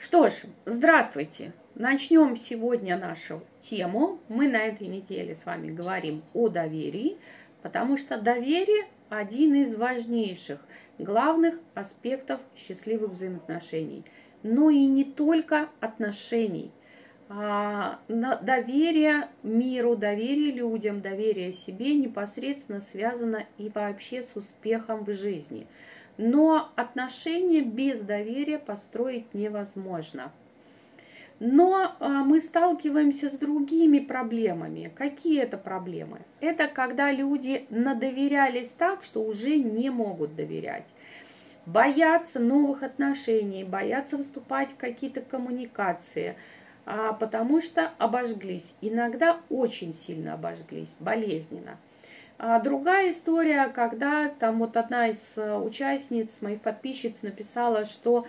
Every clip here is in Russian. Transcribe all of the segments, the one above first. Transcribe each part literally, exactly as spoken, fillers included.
Что ж, здравствуйте! Начнем сегодня нашу тему. Мы на этой неделе с вами говорим о доверии, потому что доверие – один из важнейших, главных аспектов счастливых взаимоотношений. Но и не только отношений. А доверие миру, доверие людям, доверие себе непосредственно связано и вообще с успехом в жизни. Но отношения без доверия построить невозможно. Но мы сталкиваемся с другими проблемами. Какие это проблемы? Это когда люди надоверялись так, что уже не могут доверять. Боятся новых отношений, боятся вступать в какие-то коммуникации, потому что обожглись. Иногда очень сильно обожглись, болезненно. А другая история, когда там вот одна из участниц, моих подписчиц, написала, что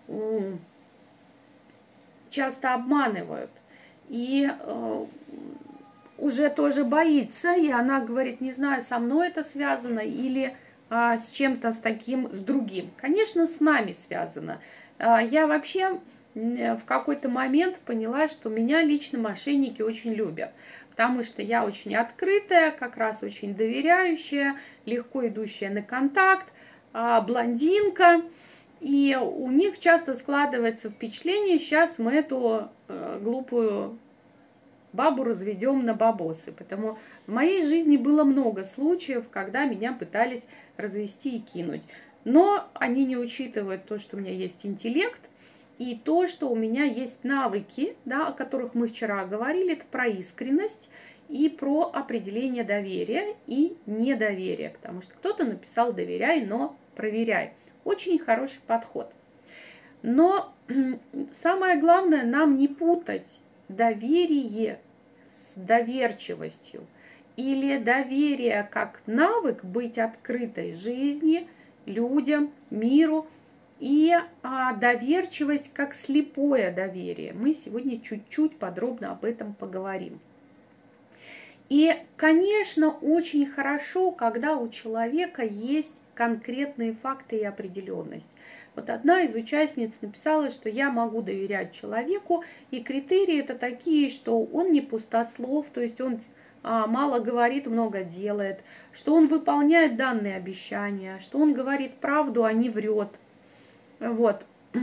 часто обманывают. И э, уже тоже боится, и она говорит, не знаю, со мной это связано или э, с чем-то с таким, с другим. Конечно, с нами связано. Э, я вообще э, в какой-то момент поняла, что меня лично мошенники очень любят. Потому что я очень открытая, как раз очень доверяющая, легко идущая на контакт, э, блондинка. И у них часто складывается впечатление, сейчас мы эту э, глупую бабу разведем на бабосы. Потому в моей жизни было много случаев, когда меня пытались развести и кинуть. Но они не учитывают то, что у меня есть интеллект, и то, что у меня есть навыки, да, о которых мы вчера говорили, это про искренность и про определение доверия и недоверия. Потому что кто-то написал «доверяй, но проверяй». Очень хороший подход. Но самое главное, нам не путать доверие с доверчивостью. Или доверие как навык быть открытой жизни, людям, миру. И а, доверчивость как слепое доверие. Мы сегодня чуть-чуть подробно об этом поговорим. И, конечно, очень хорошо, когда у человека есть конкретные факты и определенность. Вот одна из участниц написала, что я могу доверять человеку, и критерии это такие, что он не пустослов, то есть он а, мало говорит, много делает, что он выполняет данные обещания, что он говорит правду, а не врет. Вот.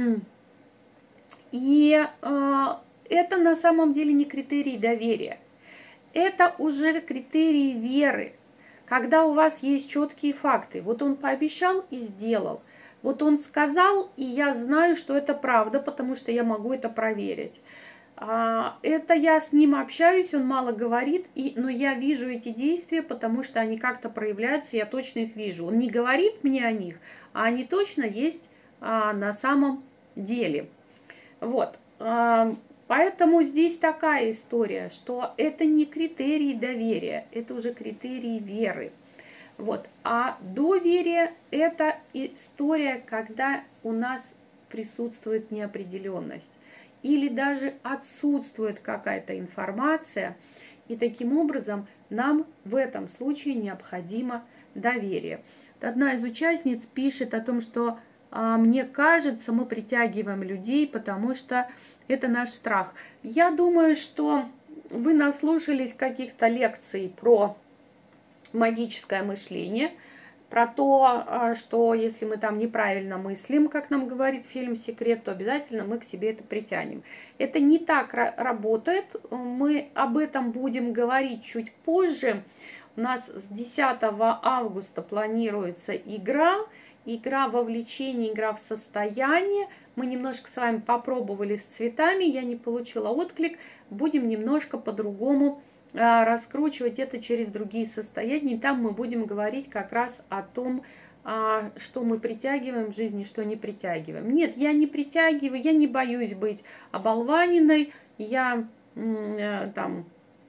И а, это на самом деле не критерий доверия. Это уже критерии веры, когда у вас есть четкие факты. Вот он пообещал и сделал. Вот он сказал, и я знаю, что это правда, потому что я могу это проверить. Это я с ним общаюсь, он мало говорит, и, но я вижу эти действия, потому что они как-то проявляются, я точно их вижу. Он не говорит мне о них, а они точно есть а, на самом деле. Вот. Поэтому здесь такая история, что это не критерии доверия, это уже критерии веры. Вот. А доверие – это история, когда у нас присутствует неопределенность или даже отсутствует какая-то информация, и таким образом нам в этом случае необходимо доверие. Одна из участниц пишет о том, что а, мне кажется, мы притягиваем людей, потому что это наш страх. Я думаю, что вы наслушались каких-то лекций про магическое мышление, про то, что если мы там неправильно мыслим, как нам говорит фильм «Секрет», то обязательно мы к себе это притянем. Это не так работает. Мы об этом будем говорить чуть позже. У нас с десятого августа планируется игра. Игра вовлечение, игра в состояние. Мы немножко с вами попробовали с цветами, я не получила отклик. Будем немножко по-другому а, раскручивать это через другие состояния. И там мы будем говорить как раз о том, а, что мы притягиваем в жизни, что не притягиваем. Нет, я не притягиваю, я не боюсь быть оболваненной, я м, там...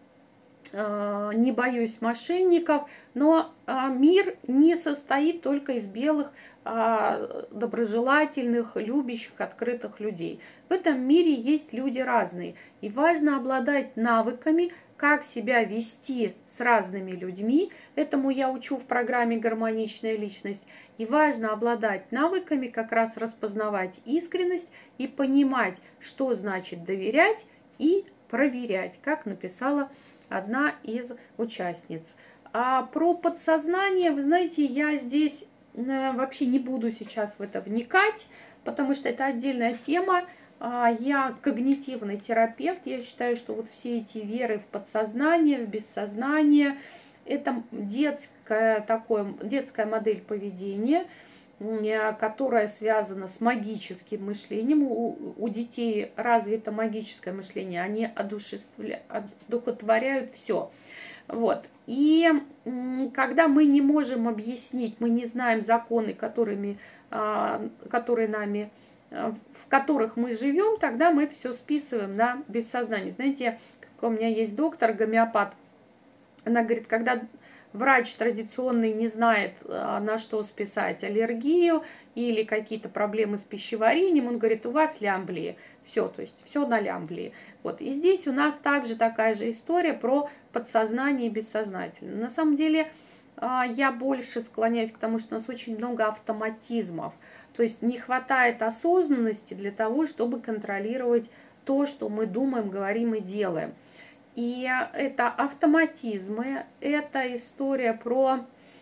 не боюсь мошенников, но мир не состоит только из белых а, доброжелательных, любящих, открытых людей. В этом мире есть люди разные, и важно обладать навыками, как себя вести с разными людьми. Этому я учу в программе «Гармоничная личность». И важно обладать навыками, как раз распознавать искренность и понимать, что значит доверять и проверять, как написала одна из участниц. А про подсознание, вы знаете, я здесь вообще не буду сейчас в это вникать, потому что это отдельная тема. Я когнитивный терапевт, я считаю, что вот все эти веры в подсознание, в бессознание, это детская, такое, детская модель поведения, которая связана с магическим мышлением. У, у детей развито магическое мышление, они одухотворяют все. Вот. И когда мы не можем объяснить, мы не знаем законы, которыми, которые нами, в которых мы живем, тогда мы это все списываем на бессознание. Знаете, у меня есть доктор, гомеопат, она говорит, когда врач традиционный не знает, на что списать аллергию или какие-то проблемы с пищеварением, он говорит, у вас лямблии. Все, то есть все на лямблии. Вот. И здесь у нас также такая же история про подсознание и бессознательное. На самом деле я больше склоняюсь к тому, что у нас очень много автоматизмов. То есть не хватает осознанности для того, чтобы контролировать то, что мы думаем, говорим и делаем. И это автоматизмы, это история про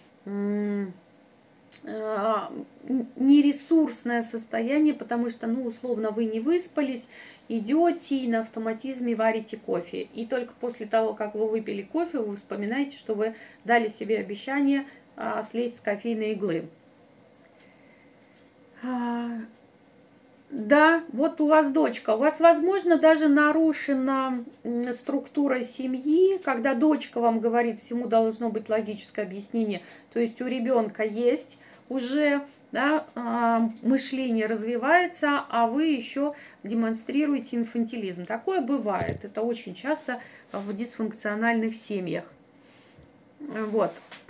нересурсное состояние, потому что, ну, условно, вы не выспались, идете и на автоматизме варите кофе. И только после того, как вы выпили кофе, вы вспоминаете, что вы дали себе обещание а, слезть с кофейной иглы. А, да, вот у вас дочка. У вас, возможно, даже нарушена структура семьи, когда дочка вам говорит, всему должно быть логическое объяснение. То есть у ребенка есть уже, да, мышление развивается, а вы еще демонстрируете инфантилизм. Такое бывает. Это очень часто в дисфункциональных семьях. Вот.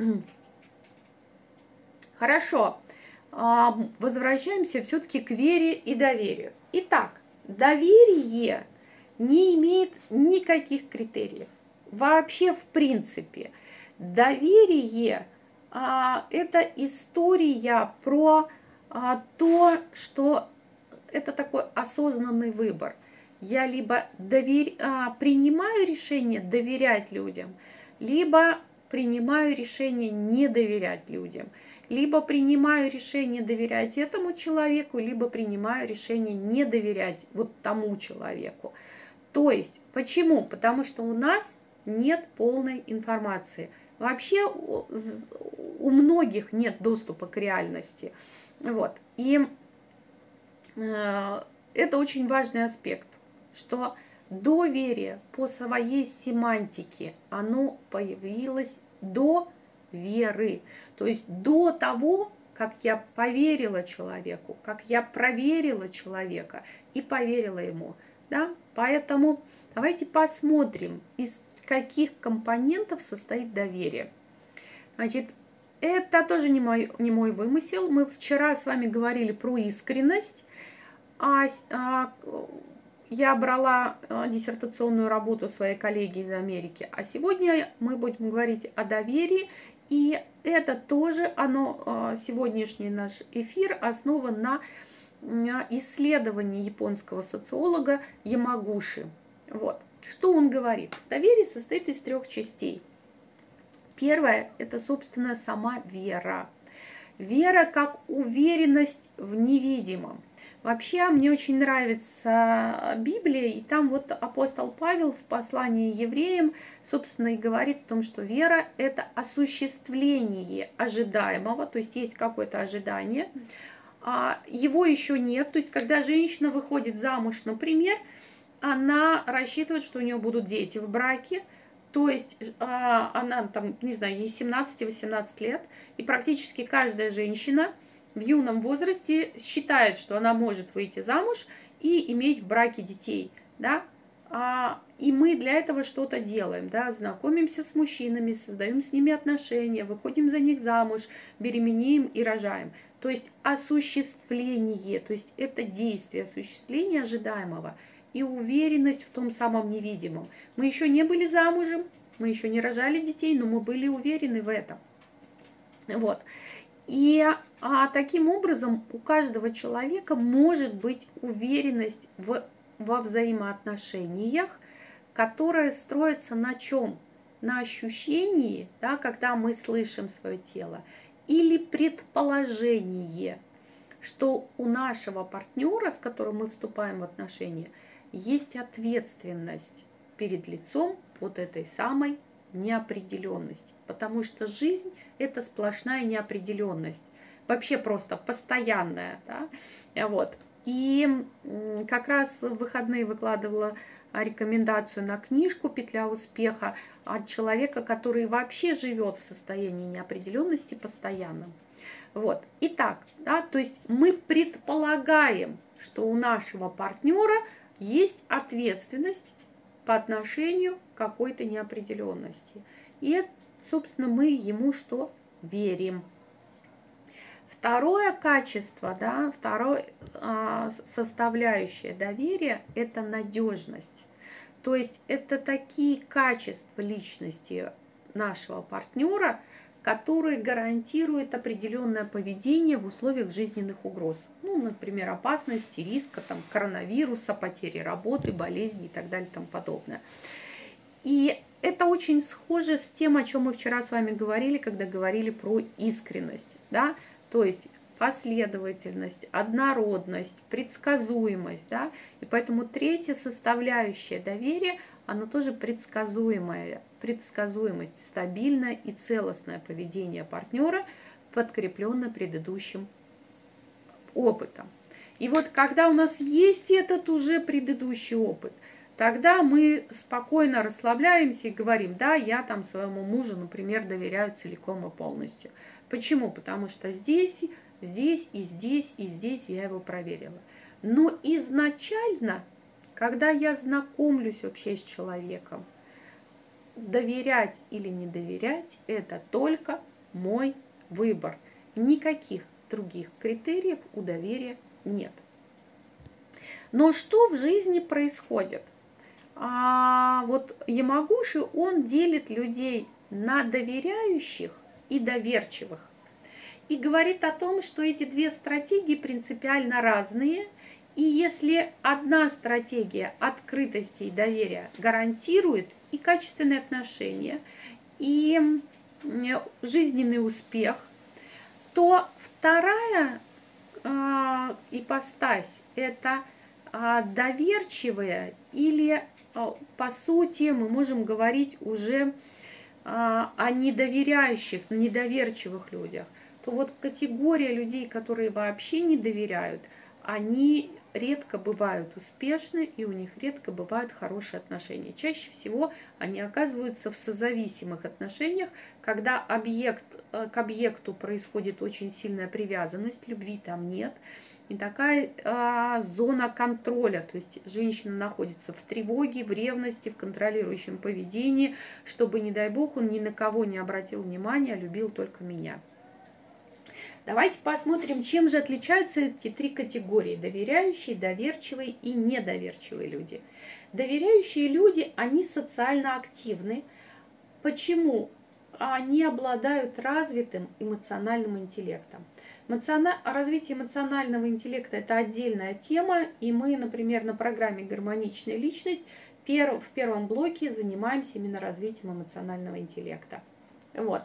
Хорошо. Возвращаемся все-таки к вере и доверию. Итак, доверие не имеет никаких критериев. Вообще, в принципе, доверие а, – это история про а, то, что это такой осознанный выбор. Я либо довер... а, принимаю решение доверять людям, либо принимаю решение не доверять людям. Либо принимаю решение доверять этому человеку, либо принимаю решение не доверять вот тому человеку. То есть, почему? Потому что у нас нет полной информации. Вообще у многих нет доступа к реальности. Вот. И э, это очень важный аспект, что доверие по своей семантике, оно появилось до веры. То есть до того, как я поверила человеку, как я проверила человека и поверила ему. Да? Поэтому давайте посмотрим, из каких компонентов состоит доверие. Значит, это тоже не мой, не мой вымысел. Мы вчера с вами говорили про искренность. А, а, я брала диссертационную работу своей коллеги из Америки. А сегодня мы будем говорить о доверии. И это тоже, оно, сегодняшний наш эфир основан на исследовании японского социолога Ямагуши. Вот. Что он говорит? Доверие состоит из трех частей. Первое – это, собственно, сама вера. Вера как уверенность в невидимом. Вообще, мне очень нравится Библия, и там вот апостол Павел в послании евреям, собственно, и говорит о том, что вера – это осуществление ожидаемого, то есть есть какое-то ожидание, а его еще нет. То есть, когда женщина выходит замуж, например, она рассчитывает, что у нее будут дети в браке, то есть она там, не знаю, ей семнадцать-восемнадцать лет, и практически каждая женщина в юном возрасте считает, что она может выйти замуж и иметь в браке детей, да, а, и мы для этого что-то делаем, да, знакомимся с мужчинами, создаем с ними отношения, выходим за них замуж, беременеем и рожаем. то есть осуществление, то есть это действие, осуществление ожидаемого и уверенность в том самом невидимом. Мы еще не были замужем, мы еще не рожали детей, но мы были уверены в этом. Вот. И а, таким образом у каждого человека может быть уверенность в, во взаимоотношениях, которая строится на чем? На ощущении, да, когда мы слышим свое тело, или предположение, что у нашего партнера, с которым мы вступаем в отношения, есть ответственность перед лицом вот этой самой неопределенности. Потому что жизнь – это сплошная неопределенность. Вообще просто постоянная. Да? Вот. И как раз в выходные выкладывала рекомендацию на книжку «Петля успеха» от человека, который вообще живет в состоянии неопределенности постоянно. Вот. Итак, да, то есть мы предполагаем, что у нашего партнера есть ответственность по отношению к какой-то неопределенности. И, собственно, мы ему что? Верим. Второе качество, да, второе а, составляющее доверия – это надежность. То есть это такие качества личности нашего партнера, которые гарантируют определенное поведение в условиях жизненных угроз. Ну, например, опасности, риска, там, коронавируса, потери работы, болезни и так далее и тому подобное. И это очень схоже с тем, о чем мы вчера с вами говорили, когда говорили про искренность. Да? То есть последовательность, однородность, предсказуемость. Да? И поэтому третья составляющая доверия, она тоже предсказуемая, предсказуемость, стабильное и целостное поведение партнера, подкрепленное предыдущим опытом. И вот когда у нас есть этот уже предыдущий опыт, тогда мы спокойно расслабляемся и говорим: да, я там своему мужу, например, доверяю целиком и полностью. Почему? Потому что здесь, здесь и здесь и здесь я его проверила. Но изначально, когда я знакомлюсь вообще с человеком, доверять или не доверять – это только мой выбор. Никаких других критериев у доверия нет. Но что в жизни происходит? А вот Ямагуши, он делит людей на доверяющих и доверчивых. И говорит о том, что эти две стратегии принципиально разные. И если одна стратегия открытости и доверия гарантирует и качественные отношения, и жизненный успех, то вторая э, ипостась – это э, доверчивые или, э, по сути, мы можем говорить уже э, о недоверяющих, недоверчивых людях. То вот категория людей, которые вообще не доверяют, они редко бывают успешны, и у них редко бывают хорошие отношения. Чаще всего они оказываются в созависимых отношениях, когда объект, к объекту происходит очень сильная привязанность, любви там нет, и такая а, зона контроля, то есть женщина находится в тревоге, в ревности, в контролирующем поведении, чтобы, не дай бог, он ни на кого не обратил внимания, а любил только меня. Давайте посмотрим, чем же отличаются эти три категории: доверяющие, доверчивые и недоверчивые люди. Доверяющие люди, они социально активны. Почему? Они обладают развитым эмоциональным интеллектом. Эмоциона... Развитие эмоционального интеллекта – это отдельная тема, и мы, например, на программе «Гармоничная личность» в первом блоке занимаемся именно развитием эмоционального интеллекта. Вот.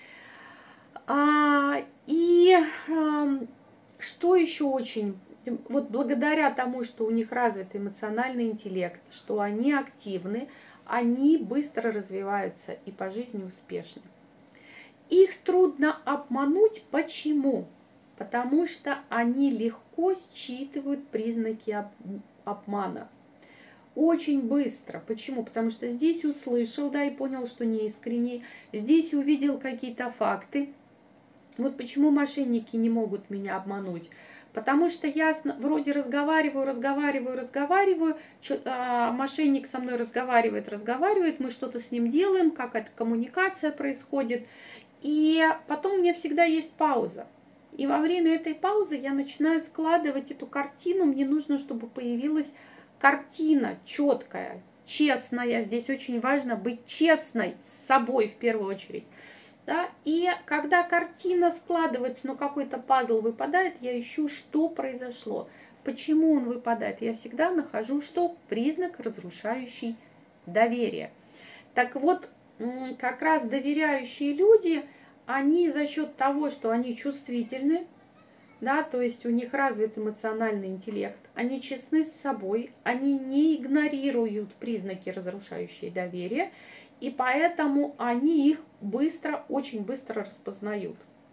А, и а, что еще очень, вот благодаря тому, что у них развит эмоциональный интеллект, что они активны, они быстро развиваются и по жизни успешны. Их трудно обмануть. Почему? Потому что они легко считывают признаки об, обмана. Очень быстро. Почему? Потому что здесь услышал, да, и понял, что не искренний, здесь увидел какие-то факты. Вот почему мошенники не могут меня обмануть. Потому что я вроде разговариваю, разговариваю, разговариваю, мошенник со мной разговаривает, разговаривает, мы что-то с ним делаем, какая-то коммуникация происходит. И потом у меня всегда есть пауза. И во время этой паузы я начинаю складывать эту картину. Мне нужно, чтобы появилась картина четкая, честная. Здесь очень важно быть честной с собой в первую очередь. Да? И когда картина складывается, но какой-то пазл выпадает, я ищу, что произошло, почему он выпадает. Я всегда нахожу, что признак, разрушающий доверие. Так вот, как раз доверяющие люди, они за счет того, что они чувствительны, да, то есть у них развит эмоциональный интеллект, они честны с собой, они не игнорируют признаки, разрушающие доверие, и поэтому они их быстро, очень быстро распознают.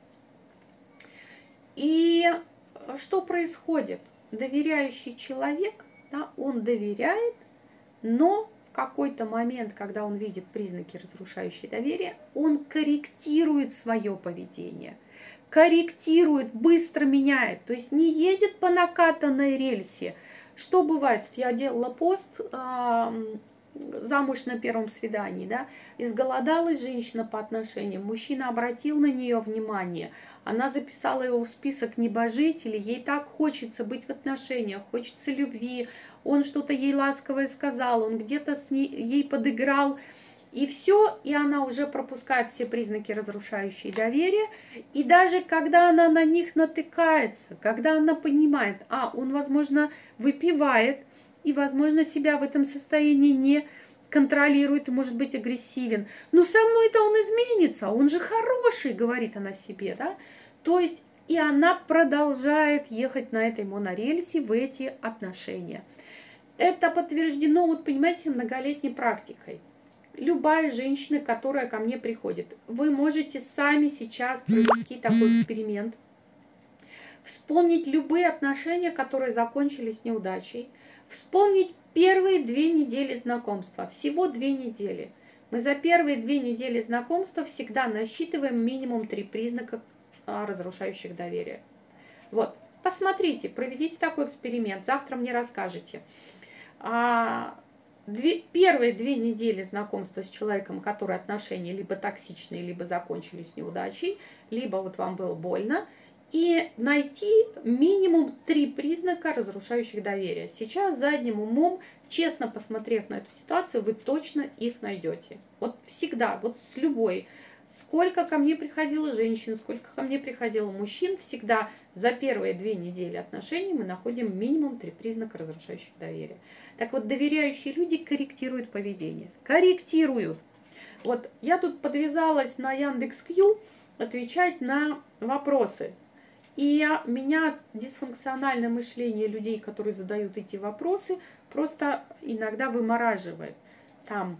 И что происходит? Доверяющий человек, да, он доверяет, но в какой-то момент, когда он видит признаки, разрушающие доверие, он корректирует свое поведение. Корректирует, быстро меняет, то есть не едет по накатанной рельсе. Что бывает? Я делала пост э, «Замуж на первом свидании», да, изголодалась женщина по отношениям, мужчина обратил на нее внимание, она записала его в список небожителей, ей так хочется быть в отношениях, хочется любви, он что-то ей ласковое сказал, он где-то с ней, ей подыграл, и все, и она уже пропускает все признаки, разрушающие доверие. И даже когда она на них натыкается, когда она понимает, а, он, возможно, выпивает, и, возможно, себя в этом состоянии не контролирует и может быть агрессивен. Но со мной-то он изменится, он же хороший, говорит она себе, да. То есть, и она продолжает ехать на этой монорельсе в эти отношения. Это подтверждено, вот понимаете, многолетней практикой. Любая женщина, которая ко мне приходит, вы можете сами сейчас провести такой эксперимент, вспомнить любые отношения, которые закончились неудачей, вспомнить первые две недели знакомства, всего две недели. Мы за первые две недели знакомства всегда насчитываем минимум три признака, разрушающих доверие. Вот, посмотрите, проведите такой эксперимент, завтра мне расскажете. Две, первые две недели знакомства с человеком, который отношения либо токсичные, либо закончились неудачей, либо вот вам было больно, и найти минимум три признака, разрушающих доверие. Сейчас задним умом, честно посмотрев на эту ситуацию, вы точно их найдете. Вот всегда, вот с любой. Сколько ко мне приходило женщин, сколько ко мне приходило мужчин, всегда за первые две недели отношений мы находим минимум три признака, разрушающих доверие. Так вот, доверяющие люди корректируют поведение. Корректируют. Вот я тут подвязалась на Яндекс.Кью отвечать на вопросы. И меня дисфункциональное мышление людей, которые задают эти вопросы, просто иногда вымораживает. Там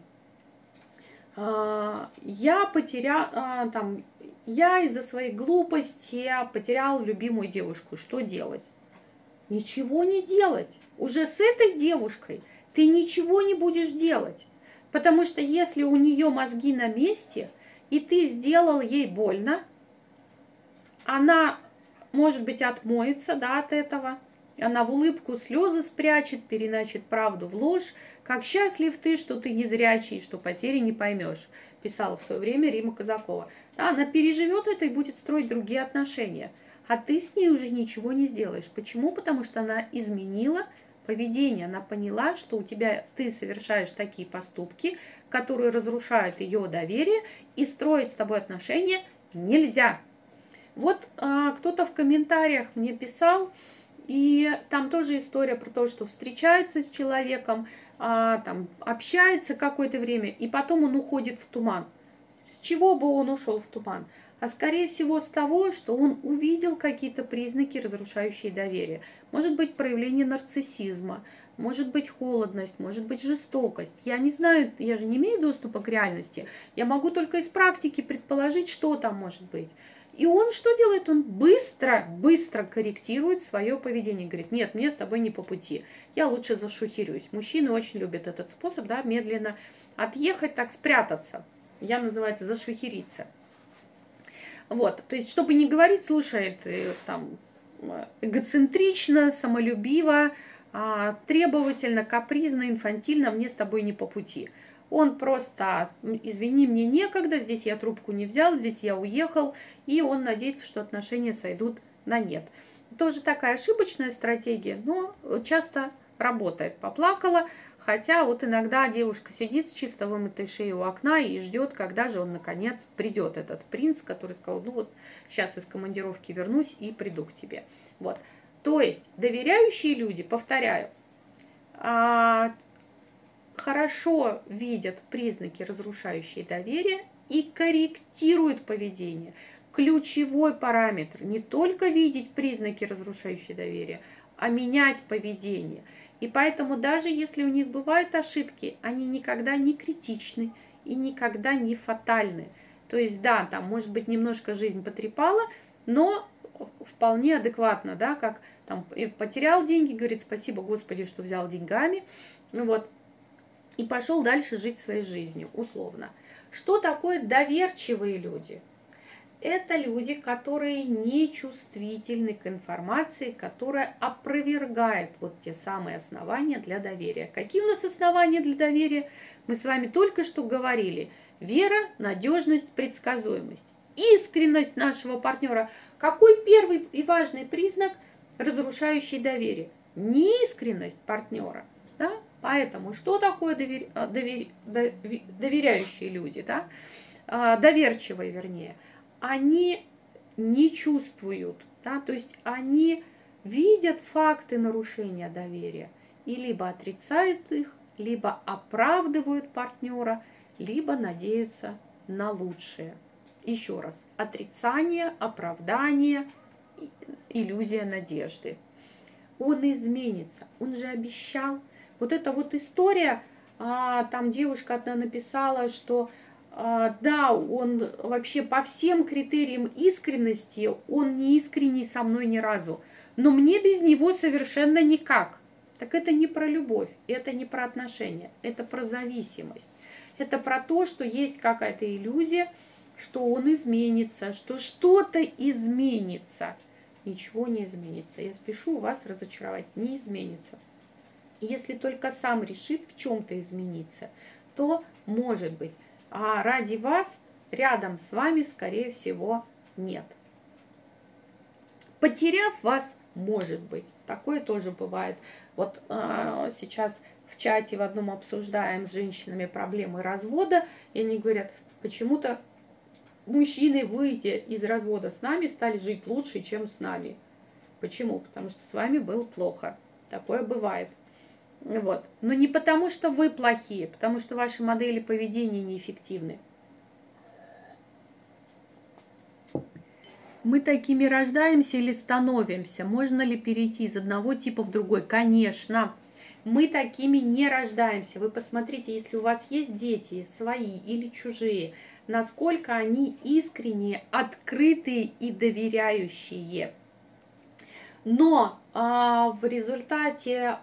я потерял, там, я из-за своей глупости потерял любимую девушку. Что делать? Ничего не делать. Уже с этой девушкой ты ничего не будешь делать. Потому что если у нее мозги на месте, и ты сделал ей больно, она, может быть, отмоется, да, от этого. Она в улыбку слезы спрячет, переначит правду в ложь. Как счастлив ты, что ты незрячий, что потери не поймешь, писала в свое время Рима Казакова. Да, она переживет это и будет строить другие отношения. А ты с ней уже ничего не сделаешь. Почему? Потому что она изменила поведение. Она поняла, что у тебя ты совершаешь такие поступки, которые разрушают ее доверие, и строить с тобой отношения нельзя. Вот а, кто-то в комментариях мне писал, и там тоже история про то, что встречается с человеком, а, там, общается какое-то время, и потом он уходит в туман. С чего бы он ушел в туман? А скорее всего с того, что он увидел какие-то признаки, разрушающие доверие. Может быть проявление нарциссизма, может быть холодность, может быть жестокость. Я не знаю, я же не имею доступа к реальности. Я могу только из практики предположить, что там может быть. И он что делает? Он быстро, быстро корректирует свое поведение. Говорит, нет, мне с тобой не по пути. Я лучше зашухерюсь. Мужчины очень любят этот способ, да, медленно отъехать, так спрятаться. Я называю это зашухериться. Вот, то есть, чтобы не говорить, слушай, ты там эгоцентрично, самолюбиво, требовательно, капризно, инфантильно, мне с тобой не по пути. Он просто, извини, мне некогда, здесь я трубку не взял, здесь я уехал, и он надеется, что отношения сойдут на нет. Тоже такая ошибочная стратегия, но часто работает. Поплакала, хотя вот иногда девушка сидит с чисто вымытой шеей у окна и ждет, когда же он наконец придет, этот принц, который сказал, ну вот сейчас из командировки вернусь и приду к тебе. Вот. То есть доверяющие люди, повторяю, хорошо видят признаки, разрушающие доверие, и корректируют поведение. Ключевой параметр – не только видеть признаки, разрушающие доверие, а менять поведение. И поэтому даже если у них бывают ошибки, они никогда не критичны и никогда не фатальны. То есть, да, там, может быть, немножко жизнь потрепала, но вполне адекватно, да, как там потерял деньги, говорит, спасибо, Господи, что взял деньгами, вот, и пошел дальше жить своей жизнью, условно. Что такое доверчивые люди? Это люди, которые не чувствительны к информации, которая опровергает вот те самые основания для доверия. Какие у нас основания для доверия? Мы с вами только что говорили. Вера, надежность, предсказуемость. Искренность нашего партнера. Какой первый и важный признак, разрушающий доверие? Неискренность партнера. Да? Поэтому что такое довер... Довер... доверяющие люди? Да? Доверчивые, вернее. Они не чувствуют, да, то есть они видят факты нарушения доверия и либо отрицают их, либо оправдывают партнера, либо надеются на лучшее. Еще раз, отрицание, оправдание, иллюзия надежды. Он изменится, он же обещал. Вот эта вот история, там девушка одна написала, что да, он вообще по всем критериям искренности, он не искренний со мной ни разу. Но мне без него совершенно никак. Так это не про любовь, это не про отношения, это про зависимость. Это про то, что есть какая-то иллюзия, что он изменится, что что-то изменится. Ничего не изменится. Я спешу вас разочаровать, не изменится. Если только сам решит в чем-то измениться, то может быть. А ради вас рядом с вами, скорее всего, нет. Потеряв вас, может быть. Такое тоже бывает. Вот э, сейчас в чате в одном обсуждаем с женщинами проблемы развода, и они говорят, почему-то мужчины, выйдя из развода с нами, стали жить лучше, чем с нами. Почему? Потому что с вами было плохо. Такое бывает. Вот. Но не потому, что вы плохие, потому что ваши модели поведения неэффективны. Мы такими рождаемся или становимся? Можно ли перейти из одного типа в другой? Конечно. Мы такими не рождаемся. Вы посмотрите, если у вас есть дети, свои или чужие, насколько они искренние, открытые и доверяющие. Но а, в результате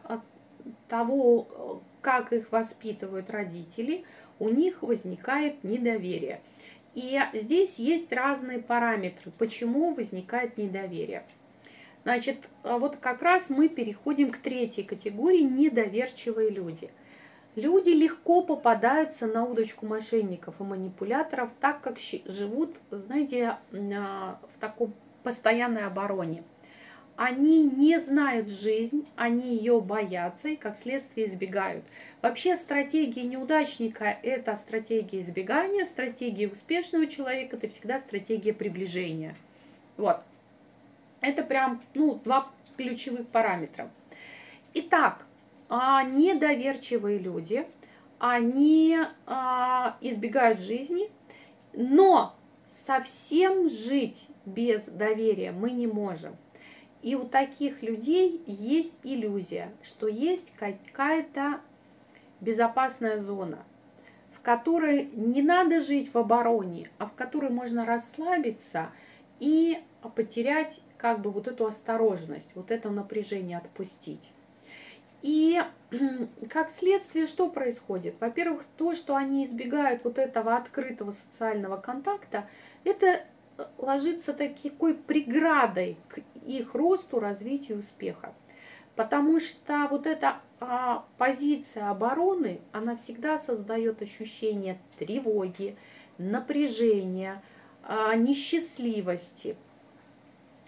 того, как их воспитывают родители, у них возникает недоверие. И здесь есть разные параметры, почему возникает недоверие. Значит, вот как раз мы переходим к третьей категории – недоверчивые люди. Люди легко попадаются на удочку мошенников и манипуляторов, так как живут, знаете, в таком постоянной обороне. Они не знают жизнь, они ее боятся и, как следствие, избегают. Вообще стратегия неудачника – это стратегия избегания, стратегия успешного человека – это всегда стратегия приближения. Вот. Это прям, ну, два ключевых параметра. Итак, недоверчивые люди, они избегают жизни, но совсем жить без доверия мы не можем. И у таких людей есть иллюзия, что есть какая-то безопасная зона, в которой не надо жить в обороне, а в которой можно расслабиться и потерять как бы вот эту осторожность, вот это напряжение отпустить. И как следствие, что происходит? Во-первых, то, что они избегают вот этого открытого социального контакта, это ложится такой преградой к их росту, развитию, успеха. Потому что вот эта а, позиция обороны, она всегда создает ощущение тревоги, напряжения, а, несчастливости.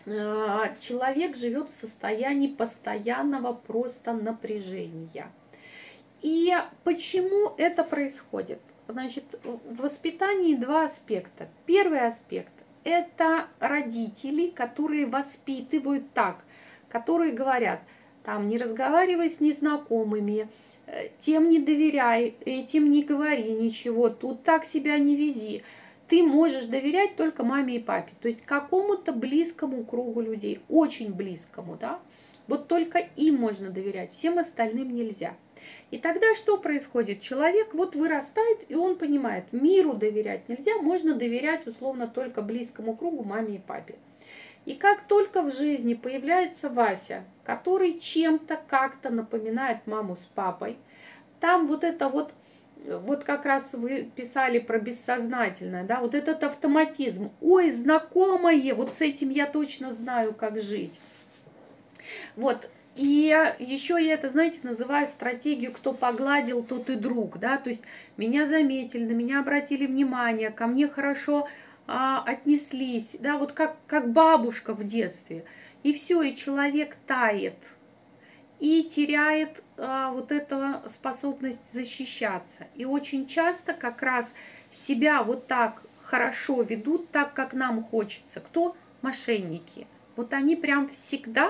человек живет в состоянии постоянного просто напряжения. И почему это происходит? Значит, в воспитании два аспекта. Первый аспект – это родители, которые воспитывают так, которые говорят, там, не разговаривай с незнакомыми, тем не доверяй, этим не говори ничего, тут так себя не веди. Ты можешь доверять только маме и папе, то есть какому-то близкому кругу людей, очень близкому, да? Вот только им можно доверять, всем остальным нельзя. И тогда что происходит? Человек вот вырастает, и он понимает, миру доверять нельзя, можно доверять условно только близкому кругу, маме и папе. И как только в жизни появляется Вася, который чем-то как-то напоминает маму с папой, там вот это вот, вот как раз вы писали про бессознательное, да, вот этот автоматизм, ой, знакомое, вот с этим я точно знаю, как жить. Вот. И еще я это, знаете, называю стратегию «кто погладил, тот и друг». Да? То есть меня заметили, на меня обратили внимание, ко мне хорошо а, отнеслись, да, вот как, как бабушка в детстве. И все, и человек тает, и теряет а, вот эту способность защищаться. И очень часто как раз себя вот так хорошо ведут, так, как нам хочется. Кто? Мошенники. Вот они прям всегда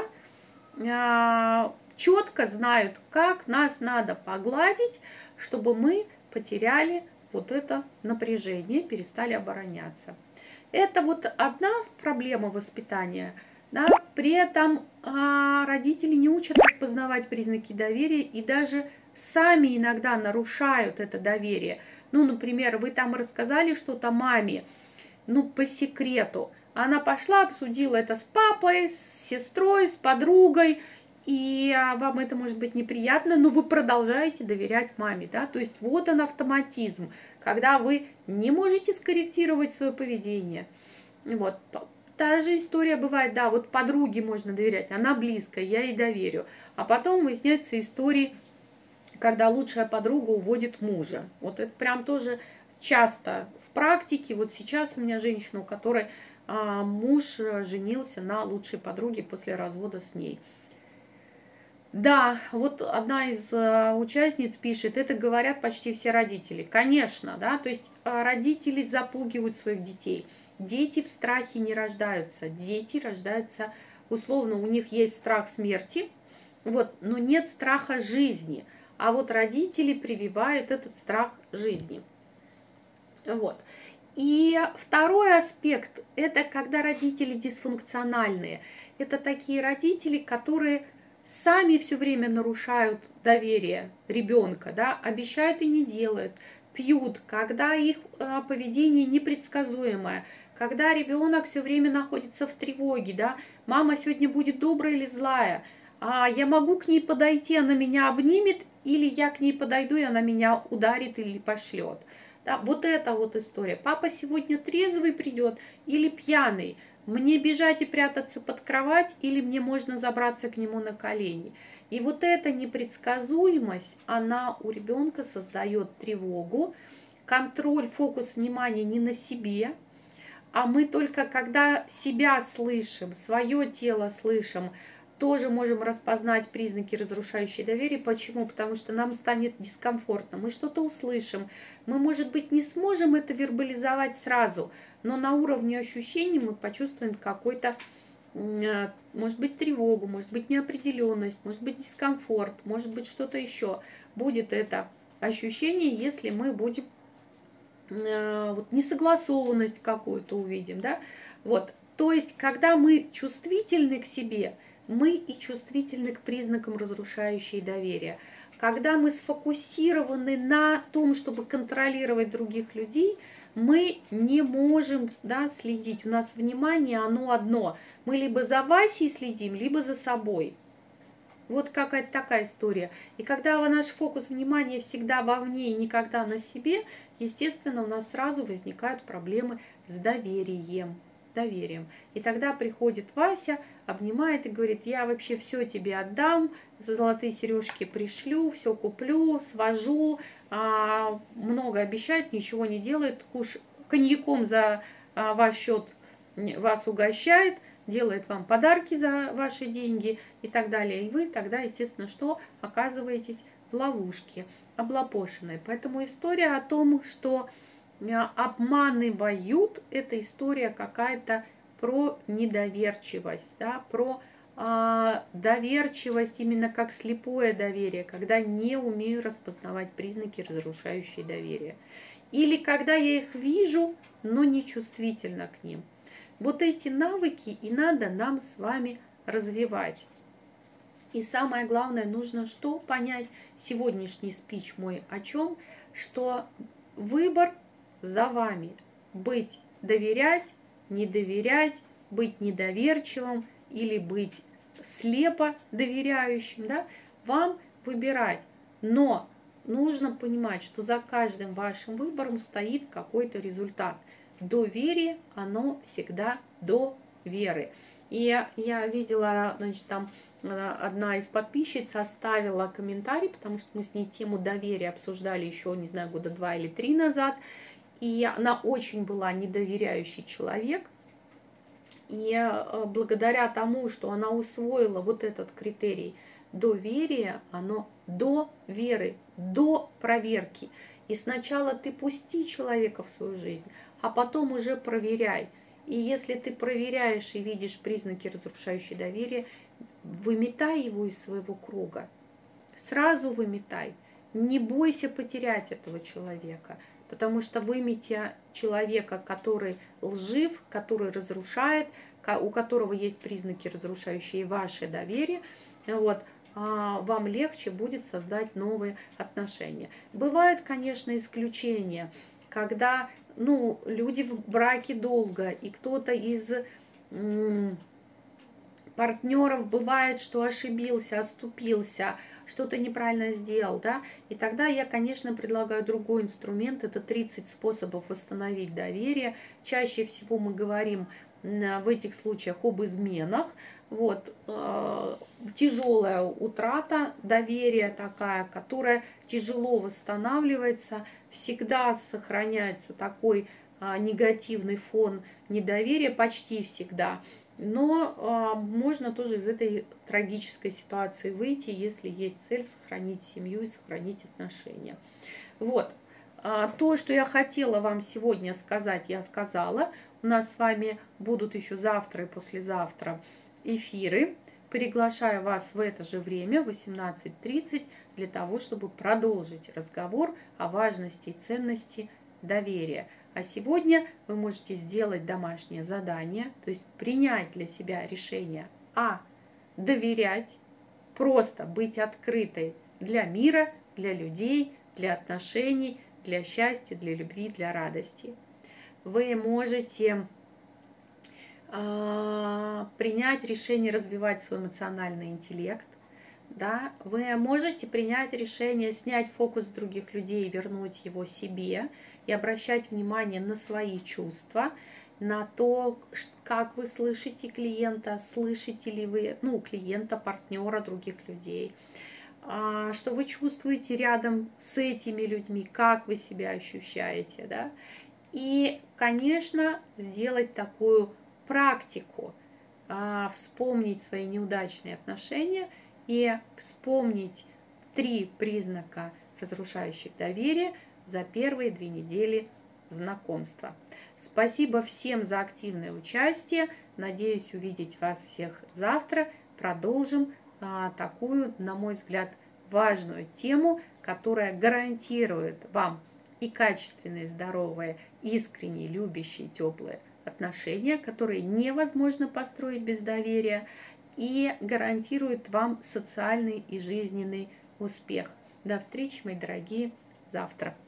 четко знают, как нас надо погладить, чтобы мы потеряли вот это напряжение, перестали обороняться. Это вот одна проблема воспитания. Да? При этом а, родители не учат распознавать признаки доверия и даже сами иногда нарушают это доверие. Ну, например, вы там рассказали что-то маме, ну, по секрету. Она пошла, обсудила это с папой, с сестрой, с подругой, и вам это может быть неприятно, но вы продолжаете доверять маме, да, то есть вот он автоматизм, когда вы не можете скорректировать свое поведение. Вот, та же история бывает, да, вот подруге можно доверять, она близкая, я ей доверю, а потом выясняются истории, когда лучшая подруга уводит мужа. Вот это прям тоже часто в практике. Вот сейчас у меня женщина, у которой а, муж женился на лучшей подруге после развода с ней. Да, вот одна из а, участниц пишет, это говорят почти все родители. Конечно, да, то есть а, родители запугивают своих детей. Дети в страхе не рождаются. Дети рождаются, условно, у них есть страх смерти, вот, но нет страха жизни. А вот родители прививают этот страх жизни. Вот. И второй аспект – это когда родители дисфункциональные. Это такие родители, которые сами все время нарушают доверие ребенка, да, обещают и не делают, пьют, когда их поведение непредсказуемое, когда ребенок все время находится в тревоге, да, мама сегодня будет добрая или злая, а я могу к ней подойти, она меня обнимет, или я к ней подойду, и она меня ударит или пошлет. Да, вот эта вот история. Папа сегодня трезвый придет или пьяный. Мне бежать и прятаться под кровать, или мне можно забраться к нему на колени. И вот эта непредсказуемость, она у ребенка создает тревогу, контроль, фокус внимания не на себе, а мы только когда себя слышим, свое тело слышим, тоже можем распознать признаки разрушающей доверия. Почему? Потому что нам станет дискомфортно. Мы что-то услышим. Мы, может быть, не сможем это вербализовать сразу, но на уровне ощущений мы почувствуем какой-то, может быть, тревогу, может быть, неопределенность, может быть, дискомфорт, может быть, что-то еще. Будет это ощущение, если мы будем вот, несогласованность какую-то увидим. Да? Вот. То есть, когда мы чувствительны к себе, мы и чувствительны к признакам разрушающей доверия. Когда мы сфокусированы на том, чтобы контролировать других людей, мы не можем, да, следить. У нас внимание, оно одно. Мы либо за Васей следим, либо за собой. Вот какая-то такая история. И когда наш фокус внимания всегда вовне и никогда на себе, естественно, у нас сразу возникают проблемы с доверием. доверием. И тогда приходит Вася, обнимает и говорит, я вообще все тебе отдам, золотые сережки пришлю, все куплю, свожу, а, много обещает, ничего не делает, куш, коньяком за а, ваш счет вас угощает, делает вам подарки за ваши деньги и так далее. И вы тогда, естественно, что оказываетесь в ловушке, облапошенной. Поэтому история о том, что обманывают, это история какая-то про недоверчивость, да, про а, доверчивость, именно как слепое доверие, когда не умею распознавать признаки, разрушающие доверие. Или когда я их вижу, но не чувствительна к ним. Вот эти навыки и надо нам с вами развивать. И самое главное, нужно что понять, сегодняшний спич мой о чем, что выбор за вами. Быть, доверять, не доверять, быть недоверчивым или быть слепо доверяющим, да, вам выбирать. Но нужно понимать, что за каждым вашим выбором стоит какой-то результат. Доверие, оно всегда до веры. И я, я видела, значит, там одна из подписчиц оставила комментарий, потому что мы с ней тему доверия обсуждали еще, не знаю, года два или три назад. И она очень была недоверяющий человек. И благодаря тому, что она усвоила вот этот критерий доверия, оно до веры, до проверки. И сначала ты пусти человека в свою жизнь, а потом уже проверяй. И если ты проверяешь и видишь признаки, разрушающие доверие, выметай его из своего круга. Сразу выметай. Не бойся потерять этого человека, потому что выметя человека, который лжив, который разрушает, у которого есть признаки, разрушающие ваше доверие, вот, вам легче будет создать новые отношения. Бывают, конечно, исключения, когда ну, люди в браке долго, и кто-то из партнеров бывает, что ошибился, оступился, что-то неправильно сделал, да, и тогда я, конечно, предлагаю другой инструмент, это тридцать способов восстановить доверие. Чаще всего мы говорим в этих случаях об изменах, вот, э, тяжелая утрата доверия такая, которая тяжело восстанавливается, всегда сохраняется такой э, негативный фон недоверия, почти всегда. Но э, можно тоже из этой трагической ситуации выйти, если есть цель сохранить семью и сохранить отношения. Вот. А, то, что я хотела вам сегодня сказать, я сказала. У нас с вами будут еще завтра и послезавтра эфиры. Приглашаю вас в это же время, восемнадцать тридцать, для того, чтобы продолжить разговор о важности и ценности доверия. А сегодня вы можете сделать домашнее задание, то есть принять для себя решение а. доверять, просто быть открытой для мира, для людей, для отношений, для счастья, для любви, для радости. Вы можете э, принять решение развивать свой эмоциональный интеллект. Да? Вы можете принять решение снять фокус с других людей и вернуть его себе и обращать внимание на свои чувства, на то, как вы слышите клиента, слышите ли вы ну, клиента, партнера, других людей, что вы чувствуете рядом с этими людьми, как вы себя ощущаете. Да? И, конечно, сделать такую практику, вспомнить свои неудачные отношения и вспомнить три признака, разрушающих доверие, за первые две недели знакомства. Спасибо всем за активное участие. Надеюсь увидеть вас всех завтра. Продолжим а, такую, на мой взгляд, важную тему, которая гарантирует вам и качественные, здоровые, искренние, любящие, теплые отношения, которые невозможно построить без доверия, и гарантирует вам социальный и жизненный успех. До встречи, мои дорогие, завтра.